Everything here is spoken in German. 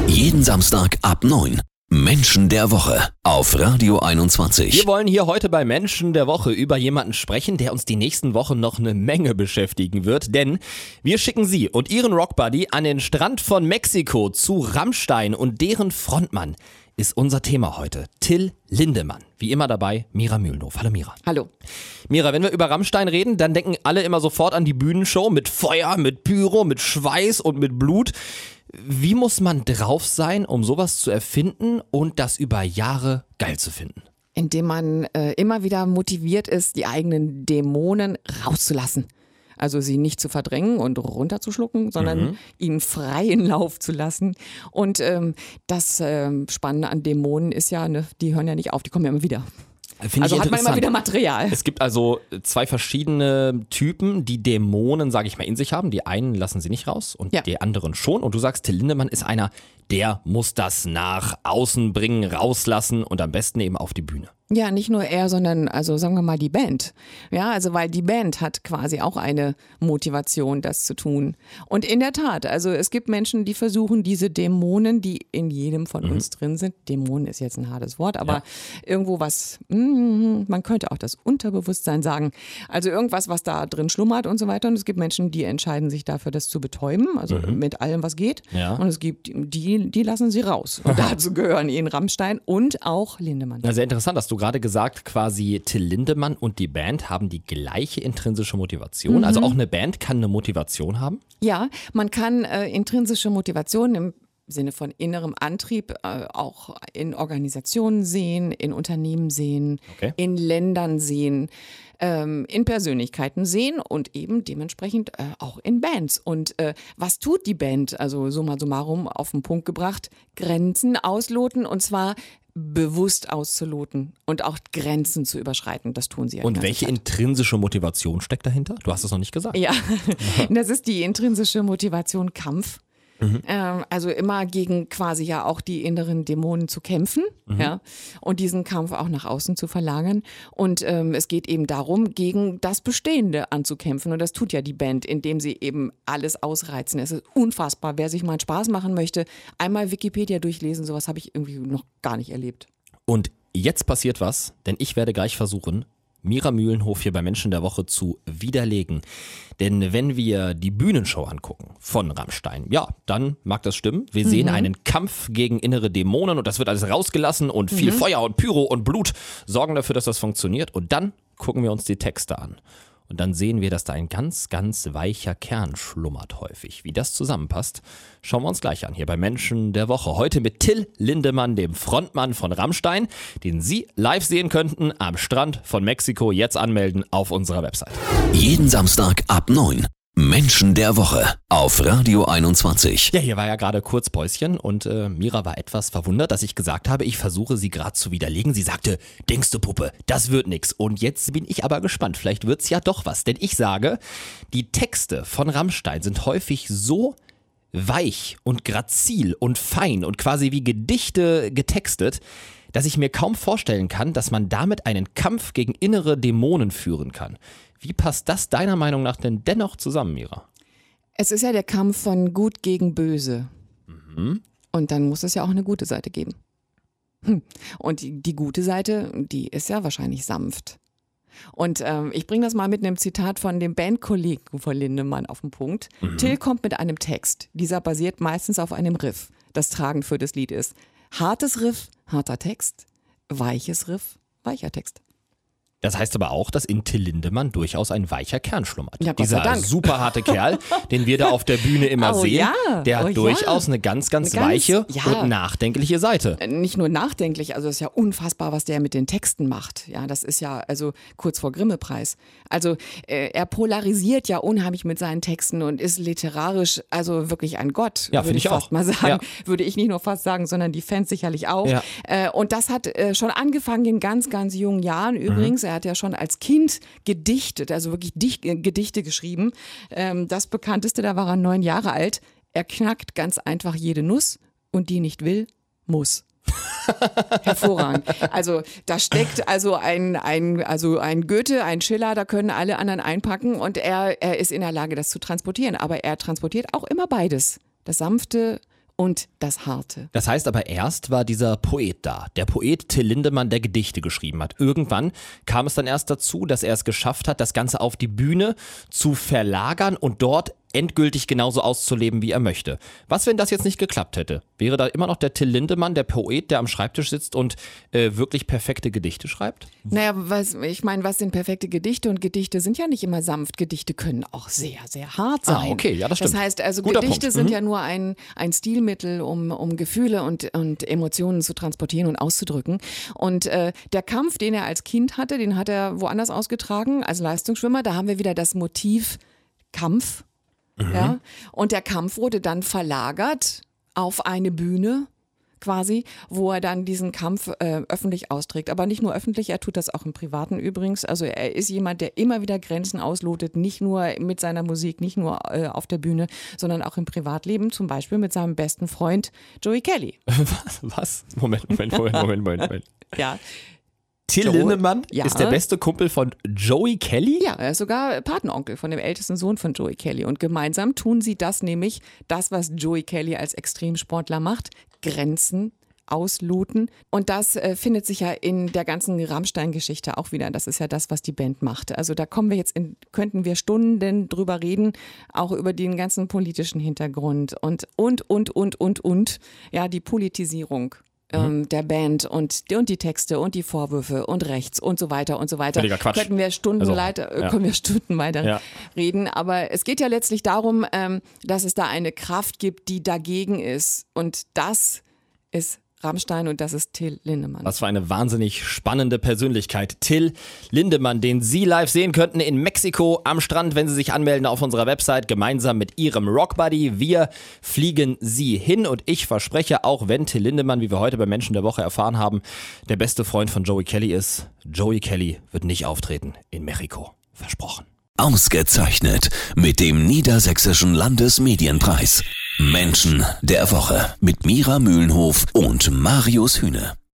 Jeden Samstag ab 9. Menschen der Woche auf Radio 21. Wir wollen hier heute bei Menschen der Woche über jemanden sprechen, der uns die nächsten Wochen noch eine Menge beschäftigen wird. Denn wir schicken Sie und Ihren Rockbuddy an den Strand von Mexiko zu Rammstein und deren Frontmann ist unser Thema heute. Till Lindemann. Wie immer dabei, Mira Mühlenhof. Hallo Mira. Hallo. Mira, wenn wir über Rammstein reden, dann denken alle immer sofort an die Bühnenshow mit Feuer, mit Pyro, mit Schweiß und mit Blut. Wie muss man drauf sein, um sowas zu erfinden und das über Jahre geil zu finden? Indem man immer wieder motiviert ist, die eigenen Dämonen rauszulassen. Also sie nicht zu verdrängen und runterzuschlucken, sondern ihnen freien Lauf zu lassen. Und das Spannende an Dämonen ist ja, ne, die hören ja nicht auf, die kommen ja immer wieder. Also hat man immer wieder Material. Es gibt also zwei verschiedene Typen, die Dämonen, sage ich mal, in sich haben. Die einen lassen sie nicht raus und die anderen schon. Und du sagst, Till Lindemann ist einer, der muss das nach außen bringen, rauslassen und am besten eben auf die Bühne. Ja, nicht nur er, sondern also sagen wir mal die Band. Ja, also weil die Band hat quasi auch eine Motivation, das zu tun. Und in der Tat, also es gibt Menschen, die versuchen, diese Dämonen, die in jedem von uns drin sind, Dämonen ist jetzt ein hartes Wort, aber irgendwo was, man könnte auch das Unterbewusstsein sagen, also irgendwas, was da drin schlummert und so weiter. Und es gibt Menschen, die entscheiden sich dafür, das zu betäuben, also mit allem, was geht. Ja. Und es gibt die lassen sie raus. Und dazu gehören ihnen Rammstein und auch Lindemann. Ja, sehr interessant, dass du gerade gesagt, quasi Till Lindemann und die Band haben die gleiche intrinsische Motivation. Also auch eine Band kann eine Motivation haben? Ja, man kann intrinsische Motivation im Sinne von innerem Antrieb auch in Organisationen sehen, in Unternehmen sehen, in Ländern sehen, in Persönlichkeiten sehen und eben dementsprechend auch in Bands. Und was tut die Band? Also summa summarum auf den Punkt gebracht, Grenzen ausloten und zwar bewusst auszuloten und auch Grenzen zu überschreiten. Das tun sie ja. Und welche intrinsische Motivation steckt dahinter? Du hast es noch nicht gesagt. Ja, das ist die intrinsische Motivation Kampf. Also immer gegen quasi ja auch die inneren Dämonen zu kämpfen, ja, und diesen Kampf auch nach außen zu verlagern. Und es geht eben darum, gegen das Bestehende anzukämpfen. Und das tut ja die Band, indem sie eben alles ausreizen. Es ist unfassbar. Wer sich mal einen Spaß machen möchte, einmal Wikipedia durchlesen, sowas habe ich irgendwie noch gar nicht erlebt. Und jetzt passiert was, denn ich werde gleich versuchen, Mira Mühlenhof hier bei Menschen der Woche zu widerlegen. Denn wenn wir die Bühnenshow angucken von Rammstein, ja, dann mag das stimmen. Wir sehen einen Kampf gegen innere Dämonen und das wird alles rausgelassen und viel Feuer und Pyro und Blut sorgen dafür, dass das funktioniert. Und dann gucken wir uns die Texte an. Und dann sehen wir, dass da ein ganz, ganz weicher Kern schlummert häufig. Wie das zusammenpasst, schauen wir uns gleich an hier bei Menschen der Woche. Heute mit Till Lindemann, dem Frontmann von Rammstein, den Sie live sehen könnten am Strand von Mexiko. Jetzt anmelden auf unserer Website. Jeden Samstag ab 9. Menschen der Woche auf Radio 21. Ja, hier war ja gerade kurz Päuschen und Mira war etwas verwundert, dass ich gesagt habe, ich versuche sie gerade zu widerlegen. Sie sagte, denkst du Puppe, das wird nix. Und jetzt bin ich aber gespannt, vielleicht wird's ja doch was. Denn ich sage, die Texte von Rammstein sind häufig so weich und grazil und fein und quasi wie Gedichte getextet, dass ich mir kaum vorstellen kann, dass man damit einen Kampf gegen innere Dämonen führen kann. Wie passt das deiner Meinung nach denn dennoch zusammen, Mira? Es ist ja der Kampf von Gut gegen Böse. Und dann muss es ja auch eine gute Seite geben. Und die gute Seite, die ist ja wahrscheinlich sanft. Und ich bringe das mal mit einem Zitat von dem Bandkollegen von Lindemann auf den Punkt. Till kommt mit einem Text. Dieser basiert meistens auf einem Riff, das tragend für das Lied ist. Hartes Riff, harter Text. Weiches Riff, weicher Text. Das heißt aber auch, dass in Till Lindemann durchaus ein weicher Kern schlummert. Ja, Gott sei Dieser Dank. super harte Kerl, den wir da auf der Bühne immer sehen, der hat durchaus eine ganz weiche und nachdenkliche Seite. Nicht nur nachdenklich, also es ist ja unfassbar, was der mit den Texten macht. Ja, das ist ja also kurz vor Grimme-Preis. Also er polarisiert ja unheimlich mit seinen Texten und ist literarisch also wirklich ein Gott, ja, würde ich fast auch mal sagen. Ja. Würde ich nicht nur fast sagen, sondern die Fans sicherlich auch. Ja. Und das hat schon angefangen in ganz jungen Jahren übrigens. Er hat ja schon als Kind gedichtet, also wirklich Gedichte geschrieben. Das bekannteste, da war er 9 Jahre alt. Er knackt ganz einfach jede Nuss und die nicht will, muss. Hervorragend. Also da steckt also ein Goethe, ein Schiller, da können alle anderen einpacken und er ist in der Lage, das zu transportieren. Aber er transportiert auch immer beides. Das Sanfte und das Harte. Das heißt aber, erst war dieser Poet da. Der Poet Till Lindemann, der Gedichte geschrieben hat. Irgendwann kam es dann erst dazu, dass er es geschafft hat, das Ganze auf die Bühne zu verlagern und dort endgültig genauso auszuleben, wie er möchte. Was, wenn das jetzt nicht geklappt hätte? Wäre da immer noch der Till Lindemann, der Poet, der am Schreibtisch sitzt und wirklich perfekte Gedichte schreibt? Naja, was sind perfekte Gedichte? Und Gedichte sind ja nicht immer sanft. Gedichte können auch sehr, sehr hart sein. Okay, ja, das stimmt. Das heißt, also Guter Gedichte Punkt. sind ja nur ein Stilmittel, um Gefühle und Emotionen zu transportieren und auszudrücken. Und der Kampf, den er als Kind hatte, den hat er woanders ausgetragen, als Leistungsschwimmer. Da haben wir wieder das Motiv Kampf. Ja? Und der Kampf wurde dann verlagert auf eine Bühne quasi, wo er dann diesen Kampf öffentlich austrägt. Aber nicht nur öffentlich, er tut das auch im Privaten übrigens. Also er ist jemand, der immer wieder Grenzen auslotet, nicht nur mit seiner Musik, nicht nur auf der Bühne, sondern auch im Privatleben, zum Beispiel mit seinem besten Freund Joey Kelly. Was? Moment. Ja. Till Lindemann ist der beste Kumpel von Joey Kelly? Ja, er ist sogar Patenonkel von dem ältesten Sohn von Joey Kelly. Und gemeinsam tun sie das nämlich, das, was Joey Kelly als Extremsportler macht, Grenzen ausloten. Und das findet sich ja in der ganzen Rammstein-Geschichte auch wieder. Das ist ja das, was die Band macht. Also da könnten wir Stunden drüber reden, auch über den ganzen politischen Hintergrund und. Ja, die Politisierung der Band und die Texte und die Vorwürfe und rechts und so weiter und so weiter. Völliger Quatsch. Können wir Stunden weiter reden. Aber es geht ja letztlich darum, dass es da eine Kraft gibt, die dagegen ist. Und das ist Rammstein und das ist Till Lindemann. Was für eine wahnsinnig spannende Persönlichkeit. Till Lindemann, den Sie live sehen könnten in Mexiko am Strand, wenn Sie sich anmelden auf unserer Website, gemeinsam mit Ihrem Rockbuddy. Wir fliegen Sie hin und ich verspreche, auch wenn Till Lindemann, wie wir heute bei Menschen der Woche erfahren haben, der beste Freund von Joey Kelly ist, Joey Kelly wird nicht auftreten in Mexiko. Versprochen. Ausgezeichnet mit dem Niedersächsischen Landesmedienpreis. Menschen der Woche mit Mira Mühlenhof und Marius Hühne.